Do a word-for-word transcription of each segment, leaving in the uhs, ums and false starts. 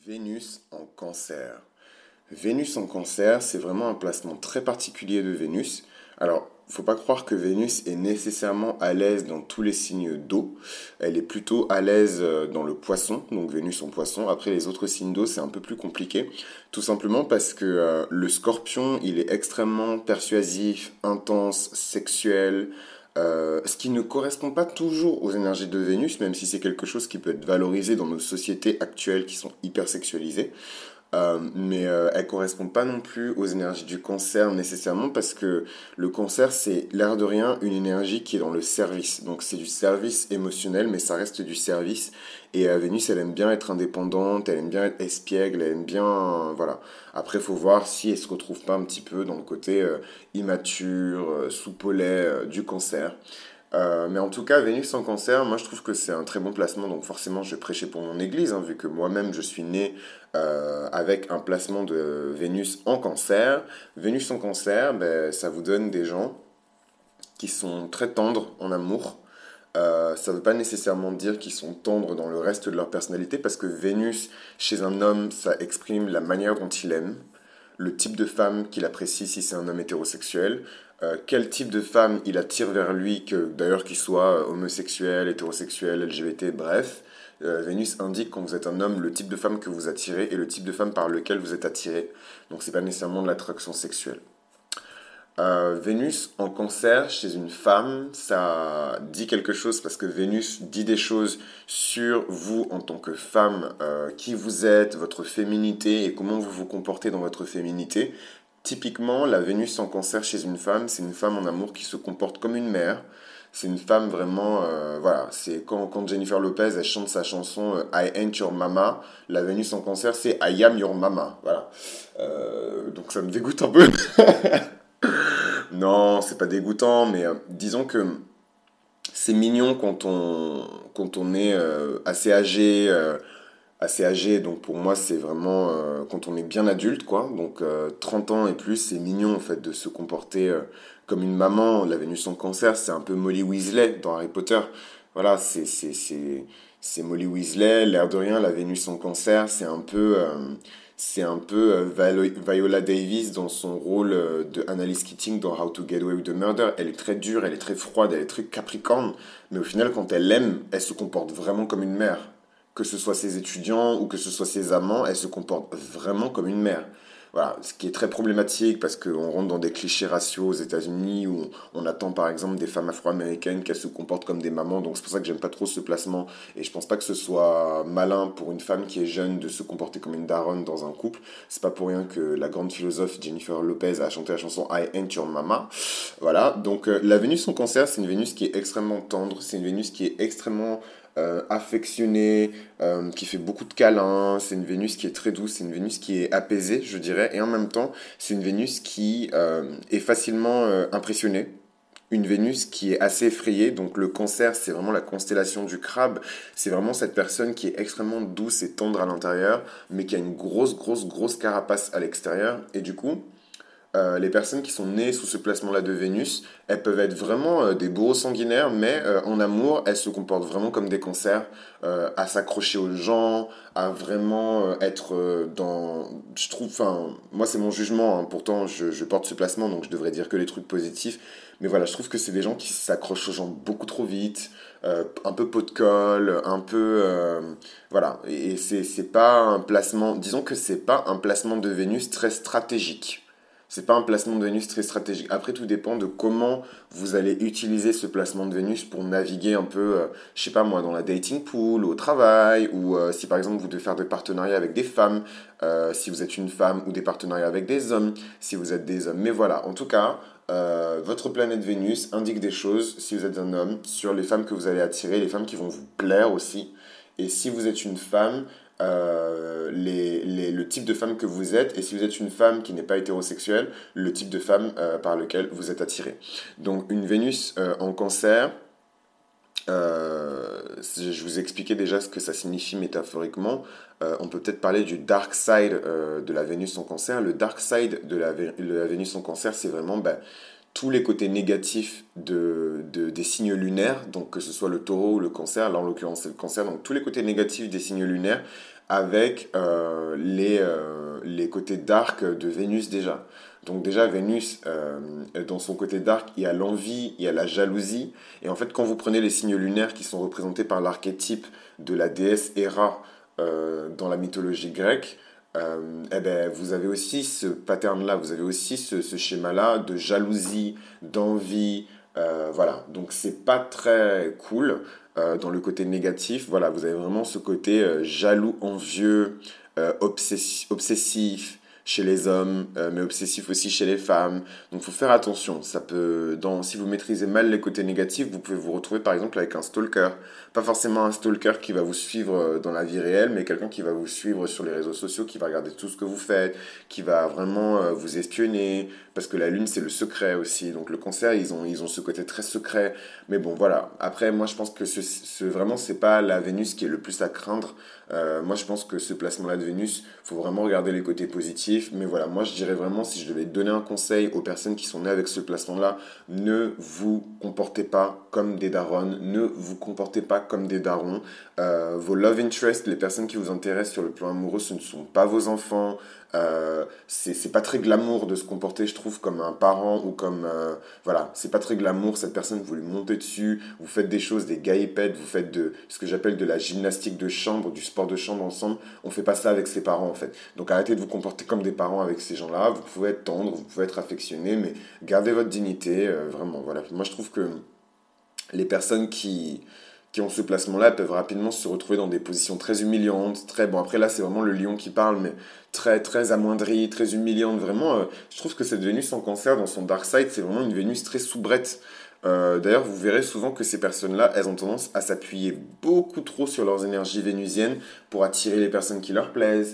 Vénus en cancer. Vénus en cancer, c'est vraiment un placement très particulier de Vénus. Alors, faut pas croire que Vénus est nécessairement à l'aise dans tous les signes d'eau. Elle est plutôt à l'aise euh, dans le poisson, donc Vénus en poisson. Après, les autres signes d'eau, c'est un peu plus compliqué. Tout simplement parce que euh, le scorpion, il est extrêmement persuasif, intense, sexuel. Euh, ce qui ne correspond pas toujours aux énergies de Vénus, même si c'est quelque chose qui peut être valorisé dans nos sociétés actuelles qui sont hyper sexualisées. Euh, mais euh, elles correspondent pas non plus aux énergies du cancer nécessairement parce que le cancer, c'est l'air de rien une énergie qui est dans le service. Donc c'est du service émotionnel, mais ça reste du service. Et euh, Vénus, elle aime bien être indépendante, elle aime bien être espiègle, elle aime bien... euh, voilà. Après, il faut voir si elle se retrouve pas un petit peu dans le côté euh, immature, euh, sous-polais euh, du cancer. Euh, mais en tout cas, Vénus en cancer, moi je trouve que c'est un très bon placement, donc forcément je vais prêcher pour mon église, hein, vu que moi-même je suis né euh, avec un placement de Vénus en cancer. Vénus en cancer, ben, ça vous donne des gens qui sont très tendres en amour. Euh, ça ne veut pas nécessairement dire qu'ils sont tendres dans le reste de leur personnalité, parce que Vénus, chez un homme, ça exprime la manière dont il aime, le type de femme qu'il apprécie si c'est un homme hétérosexuel, euh, quel type de femme il attire vers lui, que d'ailleurs qu'il soit homosexuel, hétérosexuel, L G B T, bref. Euh, Vénus indique quand vous êtes un homme le type de femme que vous attirez et le type de femme par lequel vous êtes attiré. Donc c'est pas nécessairement de l'attraction sexuelle. Euh, Vénus en cancer chez une femme, ça dit quelque chose parce que Vénus dit des choses sur vous en tant que femme, euh, qui vous êtes, votre féminité et comment vous vous comportez dans votre féminité. Typiquement, la Vénus en cancer chez une femme, c'est une femme en amour qui se comporte comme une mère. C'est une femme vraiment, euh, voilà, c'est quand, quand Jennifer Lopez, elle chante sa chanson euh, I Ain't Your Mama, la Vénus en cancer, c'est I Am Your Mama, voilà. Euh, donc ça me dégoûte un peu. Non, c'est pas dégoûtant, mais euh, disons que c'est mignon quand on, quand on est euh, assez âgé, euh, assez âgé, donc pour moi c'est vraiment euh, quand on est bien adulte, quoi. Donc euh, trente ans et plus, c'est mignon en fait de se comporter euh, comme une maman. La Vénus en cancer, c'est un peu Molly Weasley dans Harry Potter. Voilà, c'est, c'est, c'est, c'est Molly Weasley, l'air de rien, la Vénus en cancer, c'est un peu... euh, c'est un peu euh, Viola Viola Davis dans son rôle euh, de Annalise Keating dans How to Get Away with the Murder. Elle est très dure, elle est très froide, elle est très capricorne, mais au final, quand elle aime, elle se comporte vraiment comme une mère. Que ce soit ses étudiants ou que ce soit ses amants, elle se comporte vraiment comme une mère. Voilà, ce qui est très problématique parce qu'on rentre dans des clichés raciaux aux États-Unis où on attend par exemple des femmes afro-américaines qu'elles se comportent comme des mamans. Donc c'est pour ça que j'aime pas trop ce placement et je pense pas que ce soit malin pour une femme qui est jeune de se comporter comme une daronne dans un couple. C'est pas pour rien que la grande philosophe Jennifer Lopez a chanté la chanson I Ain't Your Mama. Voilà, donc euh, la Vénus en cancer, c'est une Vénus qui est extrêmement tendre, c'est une Vénus qui est extrêmement euh, affectionnée, euh, qui fait beaucoup de câlins, c'est une Vénus qui est très douce, c'est une Vénus qui est apaisée, je dirais, et en même temps, c'est une Vénus qui euh, est facilement euh, impressionnée. Une Vénus qui est assez effrayée, donc le cancer, c'est vraiment la constellation du crabe, c'est vraiment cette personne qui est extrêmement douce et tendre à l'intérieur, mais qui a une grosse, grosse, grosse carapace à l'extérieur, et du coup, euh, les personnes qui sont nées sous ce placement-là de Vénus, elles peuvent être vraiment euh, des bourreaux sanguinaires, mais euh, en amour, elles se comportent vraiment comme des cancers, euh, à s'accrocher aux gens, à vraiment euh, être euh, dans... Je trouve, enfin, moi c'est mon jugement, hein, pourtant je, je porte ce placement, donc je devrais dire que les trucs positifs, mais voilà, je trouve que c'est des gens qui s'accrochent aux gens beaucoup trop vite, euh, un peu pot de colle, un peu... euh, voilà, et c'est c'est pas un placement... Disons que c'est pas un placement de Vénus très stratégique. C'est pas un placement de Vénus très stratégique. Après, tout dépend de comment vous allez utiliser ce placement de Vénus pour naviguer un peu, euh, je sais pas moi, dans la dating pool, au travail, ou euh, si par exemple vous devez faire des partenariats avec des femmes, euh, si vous êtes une femme, ou des partenariats avec des hommes, si vous êtes des hommes. Mais voilà, en tout cas, euh, votre planète Vénus indique des choses, si vous êtes un homme, sur les femmes que vous allez attirer, les femmes qui vont vous plaire aussi. Et si vous êtes une femme, euh, les, les, le type de femme que vous êtes, et si vous êtes une femme qui n'est pas hétérosexuelle, le type de femme euh, par lequel vous êtes attiré. Donc une Vénus euh, en cancer, euh, je vous expliquais déjà ce que ça signifie métaphoriquement. Euh, on peut peut-être parler du dark side euh, de la Vénus en cancer. Le dark side de la, de la Vénus en cancer, c'est vraiment... Ben, tous les côtés négatifs de, de, des signes lunaires, donc que ce soit le taureau ou le cancer, là en l'occurrence c'est le cancer, donc tous les côtés négatifs des signes lunaires avec euh, les, euh, les côtés dark de Vénus déjà. Donc déjà, Vénus, euh, dans son côté dark, il y a l'envie, il y a la jalousie. Et en fait, quand vous prenez les signes lunaires qui sont représentés par l'archétype de la déesse Héra euh, dans la mythologie grecque, euh, eh ben, vous avez aussi ce pattern-là, vous avez aussi ce, ce schéma-là de jalousie, d'envie. Euh, voilà, donc c'est pas très cool euh, dans le côté négatif. Voilà, vous avez vraiment ce côté euh, jaloux, envieux, euh, obsessi- obsessif chez les hommes, euh, mais obsessif aussi chez les femmes. Donc, faut faire attention. Ça peut, dans, si vous maîtrisez mal les côtés négatifs, vous pouvez vous retrouver par exemple avec un stalker. Pas forcément un stalker qui va vous suivre euh, dans la vie réelle, mais quelqu'un qui va vous suivre sur les réseaux sociaux, qui va regarder tout ce que vous faites, qui va vraiment euh, vous espionner, parce que la lune c'est le secret aussi. Donc le cancer, ils ont, ils ont ce côté très secret. Mais bon, voilà. Après, moi je pense que ce, ce, vraiment c'est pas la Vénus qui est le plus à craindre. Euh, moi je pense que ce placement-là de Vénus, faut vraiment regarder les côtés positifs. Mais voilà, moi je dirais vraiment, si je devais donner un conseil aux personnes qui sont nées avec ce placement-là, ne vous comportez pas comme des darons, ne vous comportez pas comme des darons. Euh, vos love interests, les personnes qui vous intéressent sur le plan amoureux, ce ne sont pas vos enfants. Euh, c'est c'est pas très glamour de se comporter, je trouve, comme un parent ou comme euh, voilà, c'est pas très glamour. Cette personne, vous lui montez dessus, vous faites des choses, des gaillepettes, vous faites de ce que j'appelle de la gymnastique de chambre, du sport de chambre ensemble. On fait pas ça avec ses parents en fait. Donc arrêtez de vous comporter comme des parents avec ces gens-là. Vous pouvez être tendre, vous pouvez être affectionné, mais gardez votre dignité. Euh, vraiment, voilà. Moi, je trouve que les personnes qui, qui ont ce placement-là peuvent rapidement se retrouver dans des positions très humiliantes, très, bon après là c'est vraiment le lion qui parle, mais très, très amoindrie, très humiliante, vraiment, euh, je trouve que cette Vénus en cancer dans son dark side, c'est vraiment une Vénus très soubrette. Euh, d'ailleurs, vous verrez souvent que ces personnes-là, elles ont tendance à s'appuyer beaucoup trop sur leurs énergies vénusiennes pour attirer les personnes qui leur plaisent.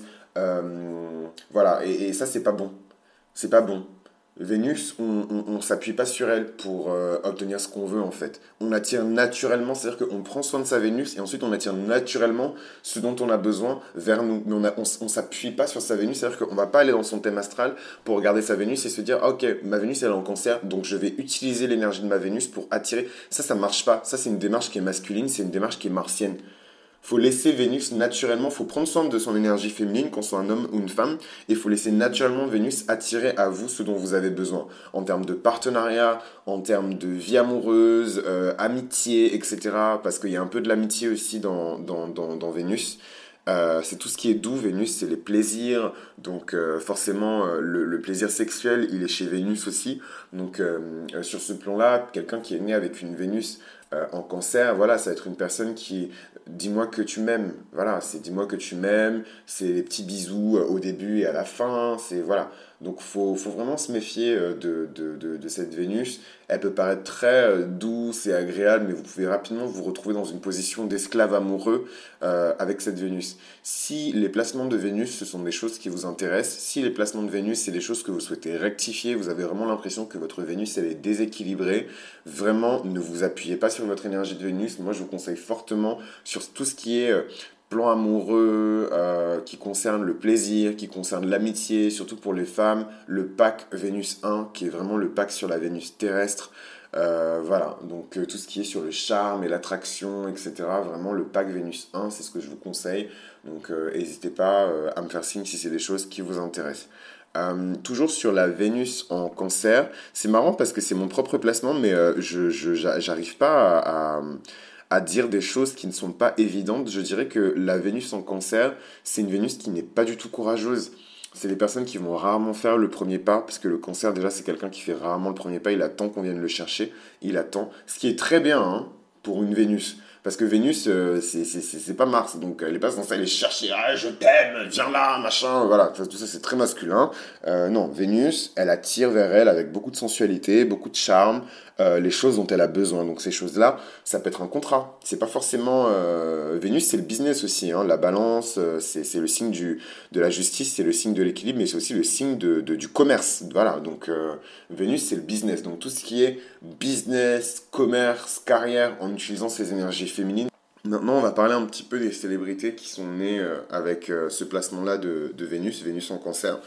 Euh, voilà, et, et ça c'est pas bon. C'est pas bon. Vénus, on, on, on s'appuie pas sur elle pour euh, obtenir ce qu'on veut en fait. On attire naturellement, c'est-à-dire qu'on prend soin de sa Vénus et ensuite on attire naturellement ce dont on a besoin vers nous. Mais on a, on, on s'appuie pas sur sa Vénus, c'est-à-dire qu'on va pas aller dans son thème astral pour regarder sa Vénus et se dire ah, ok, ma Vénus elle est en cancer, donc je vais utiliser l'énergie de ma Vénus pour attirer. Ça, ça marche pas. Ça, c'est une démarche qui est masculine, c'est une démarche qui est martienne. Faut laisser Vénus naturellement, faut prendre soin de son énergie féminine, qu'on soit un homme ou une femme, et il faut laisser naturellement Vénus attirer à vous ce dont vous avez besoin, en termes de partenariat, en termes de vie amoureuse, euh, amitié, et cetera. Parce qu'il y a un peu de l'amitié aussi dans, dans, dans, dans Vénus. Euh, c'est tout ce qui est doux, Vénus, c'est les plaisirs, donc euh, forcément euh, le, le plaisir sexuel, il est chez Vénus aussi. Donc euh, euh, sur ce plan-là, quelqu'un qui est né avec une Vénus euh, en cancer, voilà, ça va être une personne qui, dis-moi que tu m'aimes, voilà, c'est dis-moi que tu m'aimes, c'est les petits bisous euh, au début et à la fin, c'est voilà. Donc faut, faut vraiment se méfier euh, de, de, de, de cette Vénus. Elle peut paraître très euh, douce et agréable, mais vous pouvez rapidement vous retrouver dans une position d'esclave amoureux euh, avec cette Vénus. Si les placements de Vénus, ce sont des choses qui vous intéressent, si les placements de Vénus, c'est des choses que vous souhaitez rectifier, vous avez vraiment l'impression que votre Vénus, elle est déséquilibrée, vraiment, ne vous appuyez pas sur votre énergie de Vénus. Moi, je vous conseille fortement sur tout ce qui est euh, plan amoureux, euh, qui concerne le plaisir, qui concerne l'amitié, surtout pour les femmes, le pack Vénus un, qui est vraiment le pack sur la Vénus terrestre. Euh, voilà, donc euh, tout ce qui est sur le charme et l'attraction, et cetera. Vraiment, le pack Vénus un, c'est ce que je vous conseille. Donc, euh, n'hésitez pas euh, à me faire signe si c'est des choses qui vous intéressent. Euh, toujours sur la Vénus en cancer, c'est marrant parce que c'est mon propre placement, mais euh, je, je, j'arrive pas à, à, à dire des choses qui ne sont pas évidentes. Je dirais que la Vénus en cancer, c'est une Vénus qui n'est pas du tout courageuse. C'est les personnes qui vont rarement faire le premier pas, parce que le cancer, déjà, c'est quelqu'un qui fait rarement le premier pas. Il attend qu'on vienne le chercher. Il attend. Ce qui est très bien hein, pour une Vénus. Parce que Vénus, euh, c'est, c'est, c'est, c'est pas Mars. Donc, elle n'est pas censée aller chercher. Ah, je t'aime, viens là, machin. Voilà, tout ça, c'est très masculin. Euh, non, Vénus, elle attire vers elle avec beaucoup de sensualité, beaucoup de charme, euh, les choses dont elle a besoin. Donc, ces choses-là, ça peut être un contrat. C'est pas forcément. Euh... Vénus, c'est le business aussi. Hein. La balance, euh, c'est, c'est le signe du, de la justice, c'est le signe de l'équilibre, mais c'est aussi le signe de, de, du commerce. Voilà, donc euh, Vénus, c'est le business. Donc, tout ce qui est business, commerce, carrière, en utilisant ces énergies féminines. Maintenant, on va parler un petit peu des célébrités qui sont nées euh, avec euh, ce placement-là de, de Vénus, Vénus en cancer.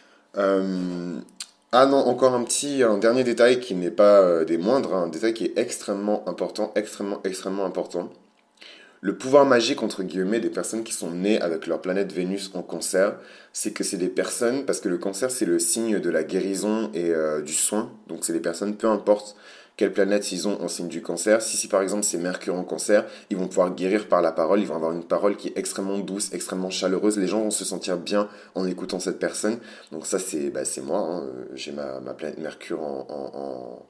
Euh, ah non, encore un petit, un dernier détail qui n'est pas euh, des moindres, hein, un détail qui est extrêmement important, extrêmement, extrêmement important. Le pouvoir magique, entre guillemets, des personnes qui sont nées avec leur planète Vénus en cancer, c'est que c'est des personnes, parce que le cancer, c'est le signe de la guérison et euh, du soin. Donc, c'est des personnes, peu importe quelle planète ils ont en signe du cancer. Si, si par exemple c'est Mercure en cancer, ils vont pouvoir guérir par la parole, ils vont avoir une parole qui est extrêmement douce, extrêmement chaleureuse. Les gens vont se sentir bien en écoutant cette personne. Donc, ça, c'est bah, c'est moi. Hein. J'ai ma, ma planète Mercure en, en, en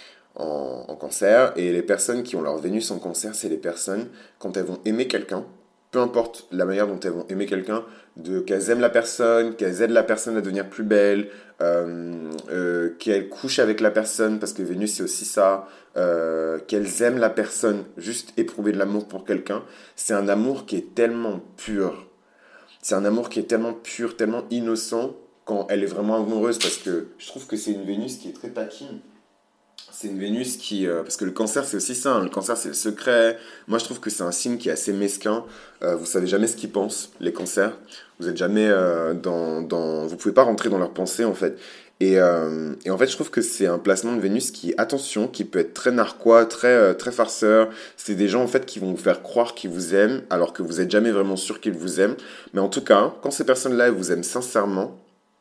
en, en cancer. Et les personnes qui ont leur Vénus en cancer, c'est les personnes, quand elles vont aimer quelqu'un, peu importe la manière dont elles vont aimer quelqu'un, de qu'elles aiment la personne, qu'elles aident la personne à devenir plus belle, euh, euh, qu'elles couchent avec la personne, parce que Vénus c'est aussi ça, euh, qu'elles aiment la personne, juste éprouver de l'amour pour quelqu'un, c'est un amour qui est tellement pur. C'est un amour qui est tellement pur, tellement innocent, quand elle est vraiment amoureuse, parce que je trouve que c'est une Vénus qui est très taquine. C'est une Vénus qui... euh, parce que le cancer, c'est aussi ça. Hein. Le cancer, c'est le secret. Moi, je trouve que c'est un signe qui est assez mesquin. Euh, vous savez jamais ce qu'ils pensent, les cancers. Vous êtes jamais euh, dans, dans... Vous pouvez pas rentrer dans leurs pensées, en fait. Et, euh, et en fait, je trouve que c'est un placement de Vénus qui, attention, qui peut être très narquois, très, euh, très farceur. C'est des gens, en fait, qui vont vous faire croire qu'ils vous aiment, alors que vous êtes jamais vraiment sûr qu'ils vous aiment. Mais en tout cas, quand ces personnes-là, elles vous aiment sincèrement,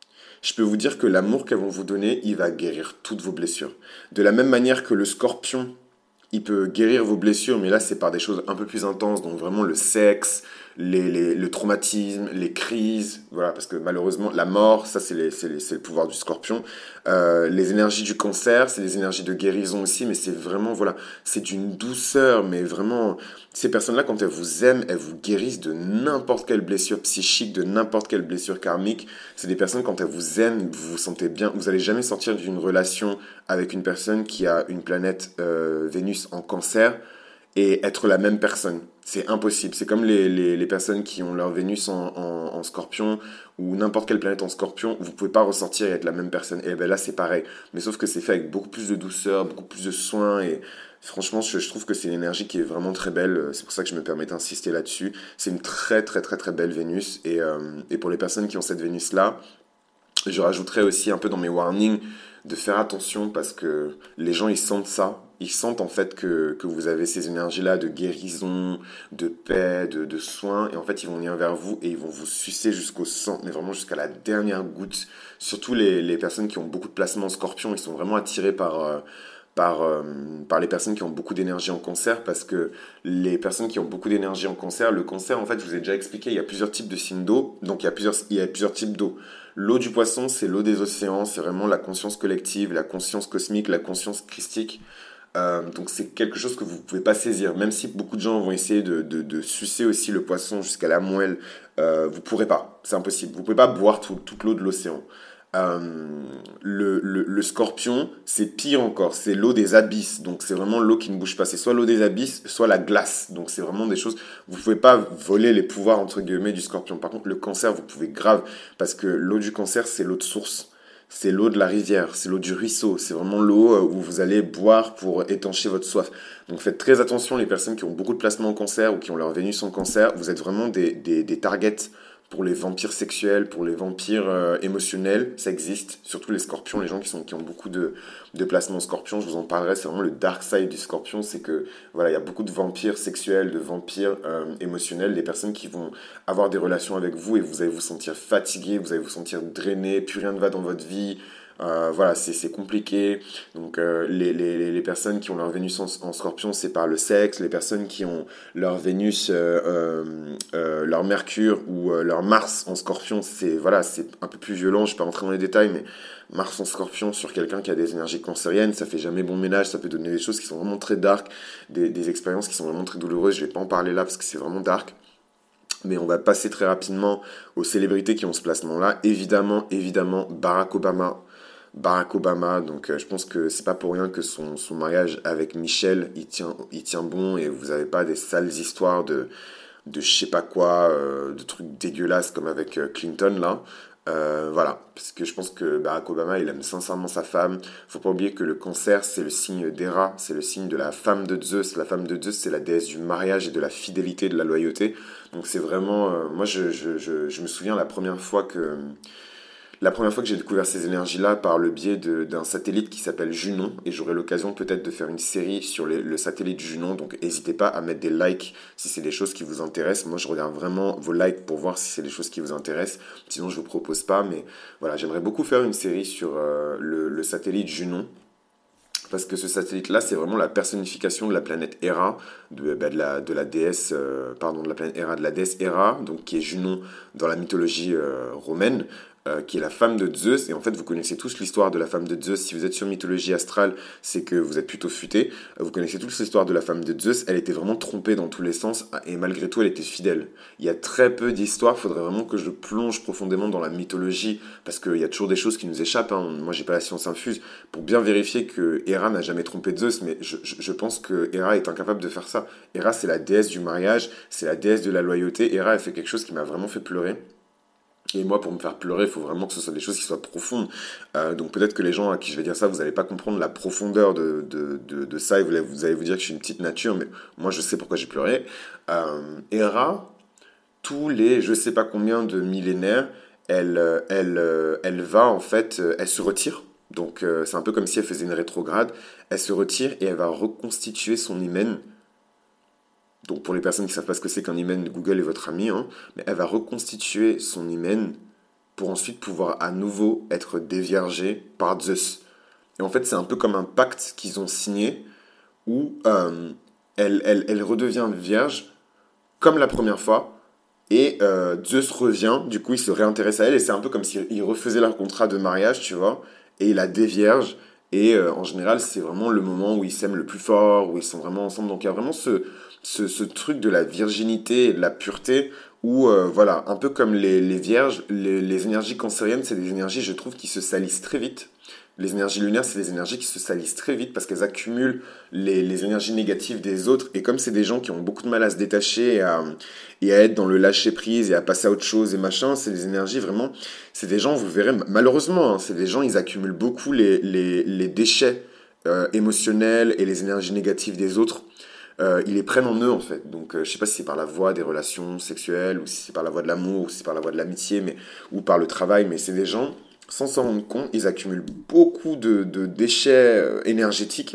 je peux vous dire que l'amour qu'elles vont vous donner, il va guérir toutes vos blessures. De la même manière que le scorpion, il peut guérir vos blessures, mais là, c'est par des choses un peu plus intenses, donc vraiment le sexe, les, les- le traumatisme, les crises, voilà, parce que malheureusement, la mort, ça, c'est les- c'est les- c'est le pouvoir du scorpion. Euh, les énergies du cancer, c'est les énergies de guérison aussi, mais c'est vraiment, voilà, c'est d'une douceur, mais vraiment, ces personnes-là, quand elles vous aiment, elles vous guérissent de n'importe quelle blessure psychique, de n'importe quelle blessure karmique. C'est des personnes, quand elles vous aiment, vous vous sentez bien. Vous allez jamais sortir d'une relation avec une personne qui a une planète euh, Vénus en cancer et être la même personne. C'est impossible. C'est comme les, les, les personnes qui ont leur Vénus en, en, en scorpion ou n'importe quelle planète en scorpion. Vous pouvez pas ressortir et être la même personne. Et ben là, c'est pareil. Mais sauf que c'est fait avec beaucoup plus de douceur, beaucoup plus de soin. Et franchement, je, je trouve que c'est une énergie qui est vraiment très belle. C'est pour ça que je me permets d'insister là-dessus. C'est une très, très, très, très belle Vénus. Et, euh, et pour les personnes qui ont cette Vénus-là, je rajouterais aussi un peu dans mes warnings de faire attention parce que les gens ils sentent ça. Ils sentent en fait que, que vous avez ces énergies-là de guérison, de paix, de, de soin. Et en fait, ils vont venir vers vous et ils vont vous sucer jusqu'au sang, mais vraiment jusqu'à la dernière goutte. Surtout les, les personnes qui ont beaucoup de placements en scorpion, ils sont vraiment attirés par, euh, par, euh, par les personnes qui ont beaucoup d'énergie en cancer parce que les personnes qui ont beaucoup d'énergie en cancer, le cancer, en fait, je vous ai déjà expliqué, il y a plusieurs types de signes d'eau, donc il y a plusieurs, il y a plusieurs types d'eau. L'eau du poisson, c'est l'eau des océans, c'est vraiment la conscience collective, la conscience cosmique, la conscience christique. Euh, donc c'est quelque chose que vous ne pouvez pas saisir. Même si beaucoup de gens vont essayer de, de, de sucer aussi le poisson jusqu'à la moelle, euh, vous ne pourrez pas. C'est impossible. Vous ne pouvez pas boire tout- toute l'eau de l'océan. Euh, le, le, le scorpion, c'est pire encore. C'est l'eau des abysses. Donc c'est vraiment l'eau qui ne bouge pas. C'est soit l'eau des abysses, soit la glace. Donc c'est vraiment des choses... Vous ne pouvez pas voler les pouvoirs, entre guillemets, du scorpion. Par contre, le cancer, vous pouvez grave. Parce que l'eau du cancer, c'est l'eau de source. C'est l'eau de la rivière, c'est l'eau du ruisseau, c'est vraiment l'eau euh, où vous allez boire pour étancher votre soif. Donc faites très attention, les personnes qui ont beaucoup de placements en cancer ou qui ont leur Vénus en cancer, vous êtes vraiment des, des, des targets pour les vampires sexuels, pour les vampires euh, émotionnels, ça existe. Surtout les scorpions, les gens qui, sont, qui ont beaucoup de, de placements en scorpion, je vous en parlerai, c'est vraiment le dark side du scorpion, c'est que voilà, il y a beaucoup de vampires sexuels, de vampires euh, émotionnels, des personnes qui vont avoir des relations avec vous et vous allez vous sentir fatigué, vous allez vous sentir drainé, plus rien ne va dans votre vie. Euh, voilà, c'est c'est compliqué. Donc, euh, les, les, les personnes qui ont leur Vénus en, en scorpion, c'est par le sexe. Les personnes qui ont leur Vénus, euh, euh, euh, leur Mercure ou euh, leur Mars en scorpion, c'est voilà, c'est un peu plus violent. Je ne vais pas rentrer dans les détails, mais Mars en scorpion sur quelqu'un qui a des énergies cancériennes, ça fait jamais bon ménage. Ça peut donner des choses qui sont vraiment très dark, des, des expériences qui sont vraiment très douloureuses. Je ne vais pas en parler là parce que c'est vraiment dark. Mais on va passer très rapidement aux célébrités qui ont ce placement-là. Évidemment, évidemment, Barack Obama. Barack Obama, donc euh, je pense que c'est pas pour rien que son, son mariage avec Michelle, il tient, il tient bon et vous avez pas des sales histoires de, de je sais pas quoi, euh, de trucs dégueulasses comme avec euh, Clinton là. Euh, voilà, parce que je pense que Barack Obama, il aime sincèrement sa femme. Faut pas oublier que le cancer, c'est le signe d'Héra, c'est le signe de la femme de Zeus. La femme de Zeus, c'est la déesse du mariage et de la fidélité, de la loyauté. Donc c'est vraiment... euh, moi, je, je, je, je me souviens la première fois que... La première fois que j'ai découvert ces énergies-là par le biais de- d'un satellite qui s'appelle Junon, et j'aurai l'occasion peut-être de faire une série sur les- le satellite Junon, donc n'hésitez pas à mettre des likes si c'est des choses qui vous intéressent. Moi, je regarde vraiment vos likes pour voir si c'est des choses qui vous intéressent. Sinon, je vous propose pas, mais voilà, j'aimerais beaucoup faire une série sur euh, le, le satellite Junon. Parce que ce satellite-là, c'est vraiment la personnification de la planète Hera, de, bah, de, la, de la déesse, euh, pardon, de la planète Hera, de la déesse Hera, donc qui est Junon dans la mythologie euh, romaine, euh, qui est la femme de Zeus. Et en fait, vous connaissez tous l'histoire de la femme de Zeus. Si vous êtes sur mythologie astrale, c'est que vous êtes plutôt futé. Vous connaissez tous l'histoire de la femme de Zeus. Elle était vraiment trompée dans tous les sens, et malgré tout, elle était fidèle. Il y a très peu d'histoires. Il faudrait vraiment que je plonge profondément dans la mythologie, parce qu'il y a toujours des choses qui nous échappent. Hein. Moi, j'ai pas la science infuse pour bien vérifier que Hera n'a jamais trompé Zeus, mais je, je, je pense que Hera est incapable de faire ça. Hera, c'est la déesse du mariage, c'est la déesse de la loyauté. Hera, elle fait quelque chose qui m'a vraiment fait pleurer. Et moi, pour me faire pleurer, il faut vraiment que ce soit des choses qui soient profondes. Euh, donc peut-être que les gens à qui je vais dire ça, vous n'allez pas comprendre la profondeur de, de, de, de ça, et vous allez, vous allez vous dire que je suis une petite nature, mais moi, je sais pourquoi j'ai pleuré. Euh, Hera, tous les je sais pas combien de millénaires, elle, euh, elle, euh, elle va en fait, euh, elle se retire. Donc euh, c'est un peu comme si elle faisait une rétrograde. Elle se retire et elle va reconstituer son hymen. Donc pour les personnes qui ne savent pas ce que c'est qu'un hymen, Google est votre ami, hein, mais elle va reconstituer son hymen pour ensuite pouvoir à nouveau être déviergée par Zeus. Et en fait c'est un peu comme un pacte qu'ils ont signé où euh, elle, elle, elle redevient vierge comme la première fois. Et euh, Zeus revient, du coup il se réintéresse à elle, et c'est un peu comme s'il refaisait leur contrat de mariage, tu vois, et il la dévierge, et euh, en général c'est vraiment le moment où ils s'aiment le plus fort, où ils sont vraiment ensemble, donc il y a vraiment ce, ce, ce truc de la virginité et de la pureté, où euh, voilà, un peu comme les, les vierges, les, les énergies cancériennes, c'est des énergies, je trouve, qui se salissent très vite. Les énergies lunaires, c'est des énergies qui se salissent très vite parce qu'elles accumulent les, les énergies négatives des autres. Et comme c'est des gens qui ont beaucoup de mal à se détacher et à, et à être dans le lâcher-prise et à passer à autre chose et machin, c'est des énergies vraiment... C'est des gens, vous verrez, malheureusement, hein, c'est des gens, ils accumulent beaucoup les, les, les déchets euh, émotionnels et les énergies négatives des autres. Euh, ils les prennent en eux, en fait. Donc, euh, je sais pas si c'est par la voie des relations sexuelles, ou si c'est par la voie de l'amour, ou si c'est par la voie de l'amitié, mais, ou par le travail, mais c'est des gens, sans s'en rendre compte, ils accumulent beaucoup de, de déchets euh, énergétiques.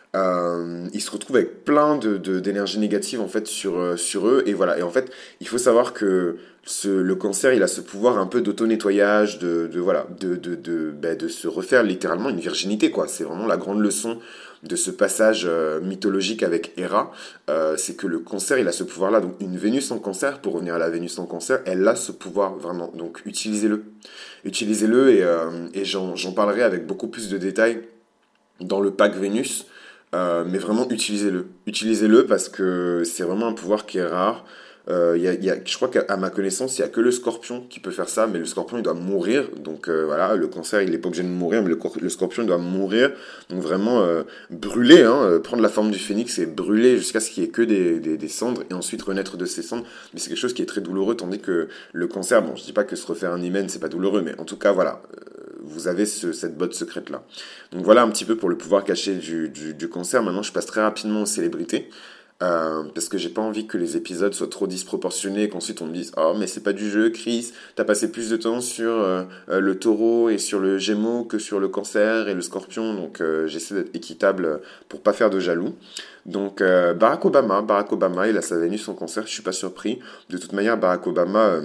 Euh, ils se retrouvent avec plein de, de- d'énergie négative en fait sur, euh, sur eux, et voilà. Et en fait, il faut savoir que ce, le cancer, il a ce pouvoir un peu d'auto-nettoyage, de, de voilà, de, de, de, ben, de se refaire littéralement une virginité, quoi. C'est vraiment la grande leçon de ce passage euh, mythologique avec Héra. Euh, c'est que le cancer, il a ce pouvoir-là. Donc une Vénus en cancer, pour revenir à la Vénus en cancer, elle a ce pouvoir vraiment. Donc utilisez-le. Utilisez-le, et, euh, et j'en, j'en parlerai avec beaucoup plus de détails dans le pack Vénus. Euh, mais vraiment, utilisez-le. Utilisez-le parce que c'est vraiment un pouvoir qui est rare. Euh, y a, y a, je crois qu'à ma connaissance, il n'y a que le scorpion qui peut faire ça, mais le scorpion, il doit mourir. Donc euh, voilà, le cancer, il n'est pas obligé de mourir, mais le, le scorpion, il doit mourir. Donc vraiment, euh, brûler, hein, euh, prendre la forme du phénix et brûler jusqu'à ce qu'il n'y ait que des, des, des cendres, et ensuite renaître de ces cendres. Mais c'est quelque chose qui est très douloureux, tandis que le cancer, bon, je dis pas que se refaire un hymen, c'est pas douloureux, mais en tout cas, voilà, euh, vous avez ce, cette botte secrète-là. Donc voilà un petit peu pour le pouvoir caché du, du, du cancer. Maintenant, je passe très rapidement aux célébrités. Euh, parce que j'ai pas envie que les épisodes soient trop disproportionnés et qu'ensuite on me dise oh mais c'est pas du jeu Chris, t'as passé plus de temps sur euh, euh, le taureau et sur le gémeaux que sur le cancer et le scorpion, donc euh, j'essaie d'être équitable pour pas faire de jaloux. Donc euh, Barack Obama, Barack Obama il a sa Vénus en cancer, je suis pas surpris. De toute manière Barack Obama euh,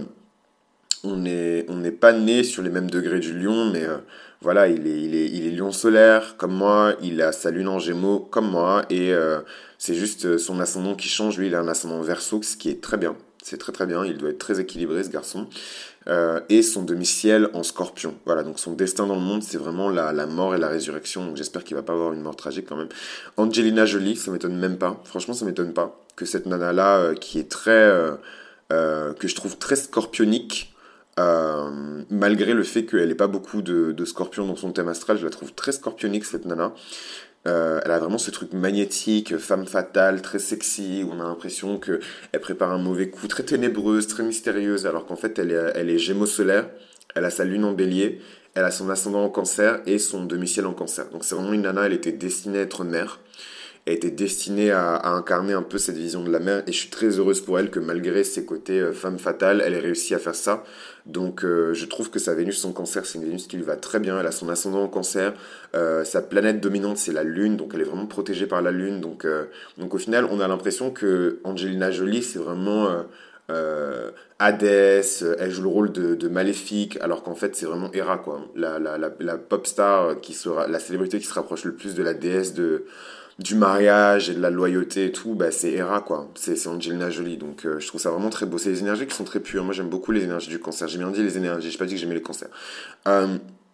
on n'est on n'est pas né sur les mêmes degrés du lion, mais euh, voilà, il est, il, est, il est lion solaire comme moi, il a sa lune en gémeaux comme moi, et euh, c'est juste euh, son ascendant qui change. Lui, il a un ascendant verseau, ce qui est très bien. C'est très très bien, il doit être très équilibré ce garçon. Euh, et son demi-ciel en scorpion. Voilà, donc son destin dans le monde, c'est vraiment la, la mort et la résurrection. Donc j'espère qu'il va pas avoir une mort tragique quand même. Angelina Jolie, ça m'étonne même pas. Franchement, ça m'étonne pas que cette nana-là, euh, qui est très... euh, euh, que je trouve très scorpionique, euh, malgré le fait qu'elle n'ait pas beaucoup de, de scorpions dans son thème astral, je la trouve très scorpionique cette nana. Euh, elle a vraiment ce truc magnétique, femme fatale, très sexy, où on a l'impression qu'elle prépare un mauvais coup, très ténébreuse, très mystérieuse, alors qu'en fait elle est, elle est gémeaux solaire, elle a sa lune en bélier, elle a son ascendant en cancer et son demi-ciel en cancer. Donc c'est vraiment une nana, elle était destinée à être mère. Elle était destinée à, à incarner un peu cette vision de la mère. Et je suis très heureuse pour elle que malgré ses côtés euh, femme fatale, elle ait réussi à faire ça. Donc euh, je trouve que sa Vénus en cancer, c'est une Vénus qui lui va très bien. Elle a son ascendant en cancer. Euh, sa planète dominante, c'est la Lune. Donc elle est vraiment protégée par la Lune. Donc, euh, donc au final, on a l'impression que Angelina Jolie, c'est vraiment... Euh, euh, Hadès, elle joue le rôle de, de maléfique, alors qu'en fait c'est vraiment Hera, quoi. La, la, la, la pop star qui sera, la célébrité qui se rapproche le plus de la déesse de, du mariage et de la loyauté et tout, bah, c'est Hera, quoi. C'est, c'est Angelina Jolie. Donc euh, je trouve ça vraiment très beau. C'est des énergies qui sont très pures. Moi j'aime beaucoup les énergies du cancer. J'ai bien dit les énergies, j'ai pas dit que j'aimais les cancers. Euh,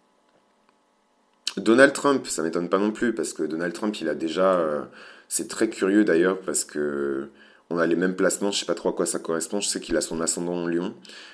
Donald Trump, ça m'étonne pas non plus, parce que Donald Trump, il a déjà... euh, c'est très curieux d'ailleurs, parce que on a les mêmes placements, je sais pas trop à quoi ça correspond, je sais qu'il a son ascendant en Lion,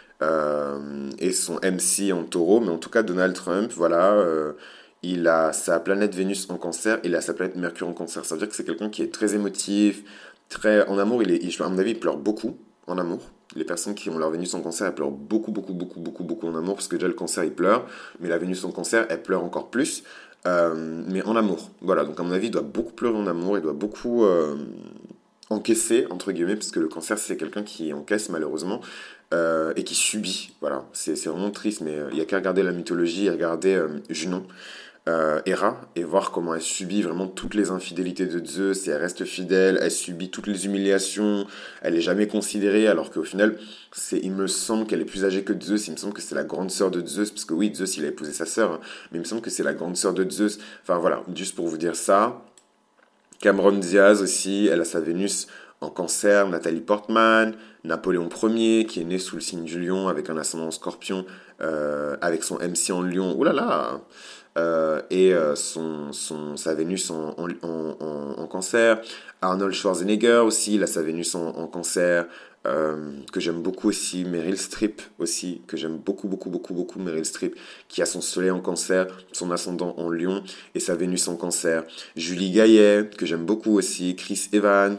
euh, et son M C en Taureau, mais en tout cas, Donald Trump, voilà, euh, il a sa planète Vénus en Cancer, il a sa planète Mercure en Cancer. Ça veut dire que c'est quelqu'un qui est très émotif, très... En amour, il est, il- à mon avis, il pleure beaucoup en amour. Les personnes qui ont leur Vénus en Cancer, elles pleurent beaucoup, beaucoup, beaucoup, beaucoup, beaucoup en amour, parce que déjà le Cancer, il pleure, mais la Vénus en Cancer, elle pleure encore plus. Euh, mais en amour. Voilà, donc à mon avis, il doit beaucoup pleurer en amour, il doit beaucoup euh, encaisser, entre guillemets, parce que le cancer, c'est quelqu'un qui encaisse malheureusement, euh, et qui subit. Voilà, c'est c'est vraiment triste, mais euh, il n'y a qu'à regarder la mythologie, à regarder euh, Junon, euh, Héra, et voir comment elle subit vraiment toutes les infidélités de Zeus, et elle reste fidèle, elle subit toutes les humiliations, elle est jamais considérée, alors qu'au final, c'est, il me semble qu'elle est plus âgée que Zeus, il me semble que c'est la grande sœur de Zeus, parce que oui, Zeus, il a épousé sa sœur, hein, mais il me semble que c'est la grande sœur de Zeus. Enfin voilà, juste pour vous dire ça. Cameron Diaz aussi, elle a sa Vénus en cancer, Nathalie Portman, Napoléon Ier, qui est né sous le signe du lion, avec un ascendant en scorpion, euh, avec son M C en lion, oulala, là là, euh, et euh, son, son, sa Vénus en, en, en, en- en cancer. Arnold Schwarzenegger aussi, il a sa Vénus en, en cancer, euh, que j'aime beaucoup aussi. Meryl Streep aussi, que j'aime beaucoup, beaucoup, beaucoup, beaucoup. Meryl Streep, qui a son soleil en cancer, son ascendant en lion, et sa Vénus en cancer. Julie Gaillet, que j'aime beaucoup aussi. Chris Evans,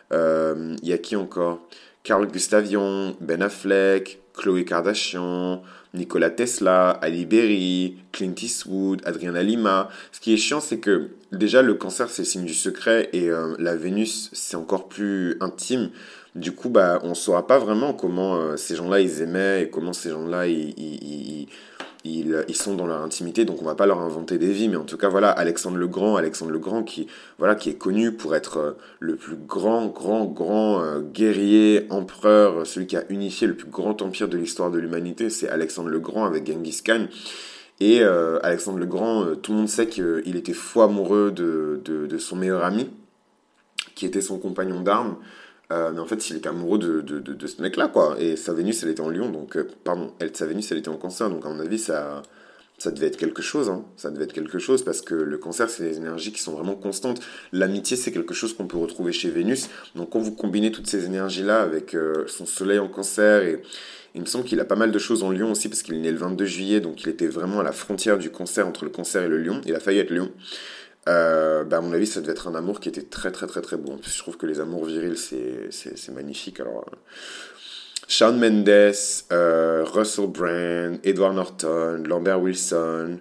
euh, il y a qui encore? Carl Gustavian, Ben Affleck, Khloé Kardashian, Nikola Tesla, Ali Berry, Clint Eastwood, Adriana Lima. Ce qui est chiant, c'est que déjà le cancer c'est le signe du secret et euh, la Vénus c'est encore plus intime. Du coup, bah, on saura pas vraiment comment euh, ces gens-là ils aimaient et comment ces gens-là ils, ils, ils, ils, ils sont dans leur intimité, donc on va pas leur inventer des vies, mais en tout cas voilà, Alexandre le Grand, Alexandre le Grand qui voilà qui est connu pour être euh, le plus grand, grand, grand euh, guerrier, empereur, euh, celui qui a unifié le plus grand empire de l'histoire de l'humanité, c'est Alexandre le Grand avec Genghis Khan. Et euh, Alexandre le Grand, euh, tout le monde sait qu'il était fou amoureux de, de, de son meilleur ami, qui était son compagnon d'armes. Euh, mais en fait, il était amoureux de, de, de, de ce mec-là, quoi. Et sa Vénus, elle était en Lion, donc... euh, pardon, elle, sa Vénus, elle était en Cancer, donc à mon avis, ça, ça devait être quelque chose, hein. Ça devait être quelque chose, parce que le Cancer, c'est des énergies qui sont vraiment constantes. L'amitié, c'est quelque chose qu'on peut retrouver chez Vénus. Donc quand vous combinez toutes ces énergies-là avec euh, son Soleil en Cancer, et il me semble qu'il a pas mal de choses en Lion aussi, parce qu'il est né le vingt-deux juillet, donc il était vraiment à la frontière du Cancer, entre le Cancer et le Lion. Il a failli être Lion. Euh, bah à mon avis, ça devait être un amour qui était très très très très beau. En plus, je trouve que les amours virils, c'est, c'est, c'est magnifique. Alors, euh, Shawn Mendes, euh, Russell Brand, Edward Norton, Lambert Wilson,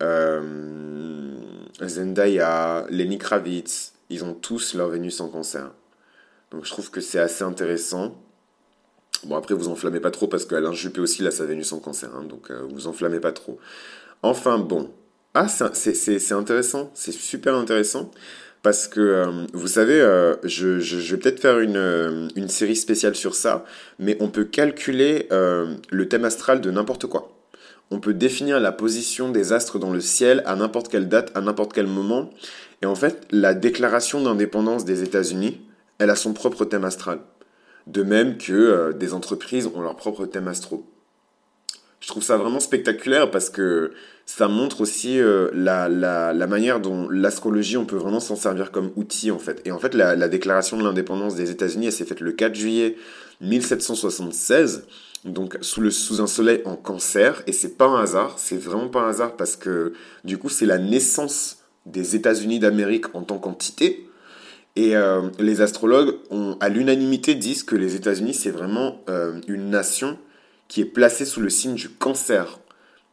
euh, Zendaya, Lenny Kravitz, ils ont tous leur Vénus en cancer. Donc je trouve que c'est assez intéressant. Bon, après, vous enflammez pas trop parce qu'Alain Juppé aussi, il a sa Vénus en cancer. Hein, donc euh, vous enflammez pas trop. Enfin bon. Ah, c'est c'est- c'est- c'est intéressant, c'est super intéressant, parce que, euh, vous savez, euh, je, je- je vais peut-être faire une, euh, une série spéciale sur ça, mais on peut calculer euh, le thème astral de n'importe quoi. On peut définir la position des astres dans le ciel à n'importe quelle date, à n'importe quel moment, et en fait, la déclaration d'indépendance des États-Unis, elle a son propre thème astral. De même que euh, des entreprises ont leur propre thème astro. Je trouve ça vraiment spectaculaire parce que ça montre aussi euh, la, la, la manière dont l'astrologie, on peut vraiment s'en servir comme outil en fait. Et en fait, la, la déclaration de l'indépendance des États-Unis, elle s'est faite le quatre juillet mille sept cent soixante-seize, donc sous, le, sous un soleil en cancer. Et c'est pas un hasard, c'est vraiment pas un hasard parce que du coup, c'est la naissance des États-Unis d'Amérique en tant qu'entité. Et euh, les astrologues, ont, à l'unanimité, disent que les États-Unis, c'est vraiment euh, une nation qui est placée sous le signe du cancer.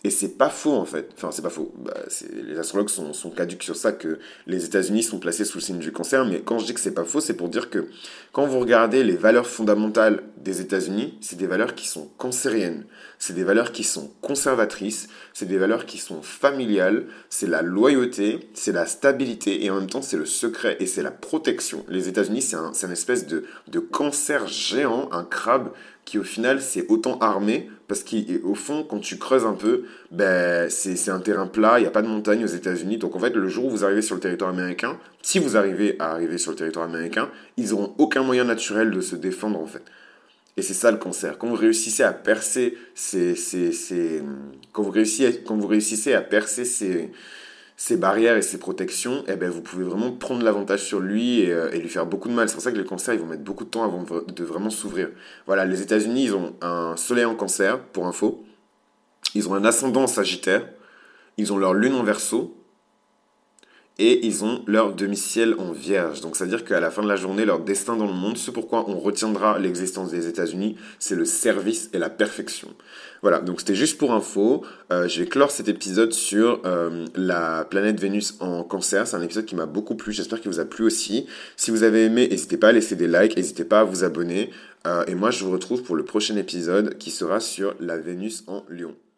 Et c'est pas faux en fait. Enfin, c'est pas faux. Bah, c'est- les astrologues sont, sont caduques sur ça que les États-Unis sont placés sous le signe du cancer. Mais quand je dis que c'est pas faux, c'est pour dire que quand vous regardez les valeurs fondamentales des États-Unis, c'est des valeurs qui sont cancériennes. C'est des valeurs qui sont conservatrices. C'est des valeurs qui sont familiales. C'est la loyauté, c'est la stabilité et en même temps c'est le secret et c'est la protection. Les États-Unis, c'est un, c'est une espèce de, de cancer géant, un crabe qui au final c'est autant armé parce qu'au fond quand tu creuses un peu ben, c'est c'est un terrain plat, il n'y a pas de montagne aux États-Unis. Donc en fait, le jour où vous arrivez sur le territoire américain, si vous arrivez à arriver sur le territoire américain, ils n'auront aucun moyen naturel de se défendre en fait. Et c'est ça le cancer. Quand vous réussissez à percer ces, ces, ces- quand vous réussissez, quand vous réussissez à percer ces, ces barrières et ces protections, eh ben vous pouvez vraiment prendre l'avantage sur lui et, euh, et lui faire beaucoup de mal. C'est pour ça que les cancers, ils vont mettre beaucoup de temps avant de de vraiment s'ouvrir. Voilà, les États-Unis, ils ont un soleil en cancer, pour info. Ils ont un ascendant en sagittaire. Ils ont leur lune en verso et ils ont leur demi-ciel en vierge. Donc c'est-à-dire qu'à la fin de la journée, leur destin dans le monde, ce pourquoi on retiendra l'existence des États-Unis, c'est le service et la perfection. Voilà, donc c'était juste pour info. Euh, je vais clore cet épisode sur euh, la planète Vénus en cancer. C'est un épisode qui m'a beaucoup plu, j'espère qu'il vous a plu aussi. Si vous avez aimé, n'hésitez pas à laisser des likes, n'hésitez pas à vous abonner. Euh, et moi, je vous retrouve pour le prochain épisode qui sera sur la Vénus en Lion.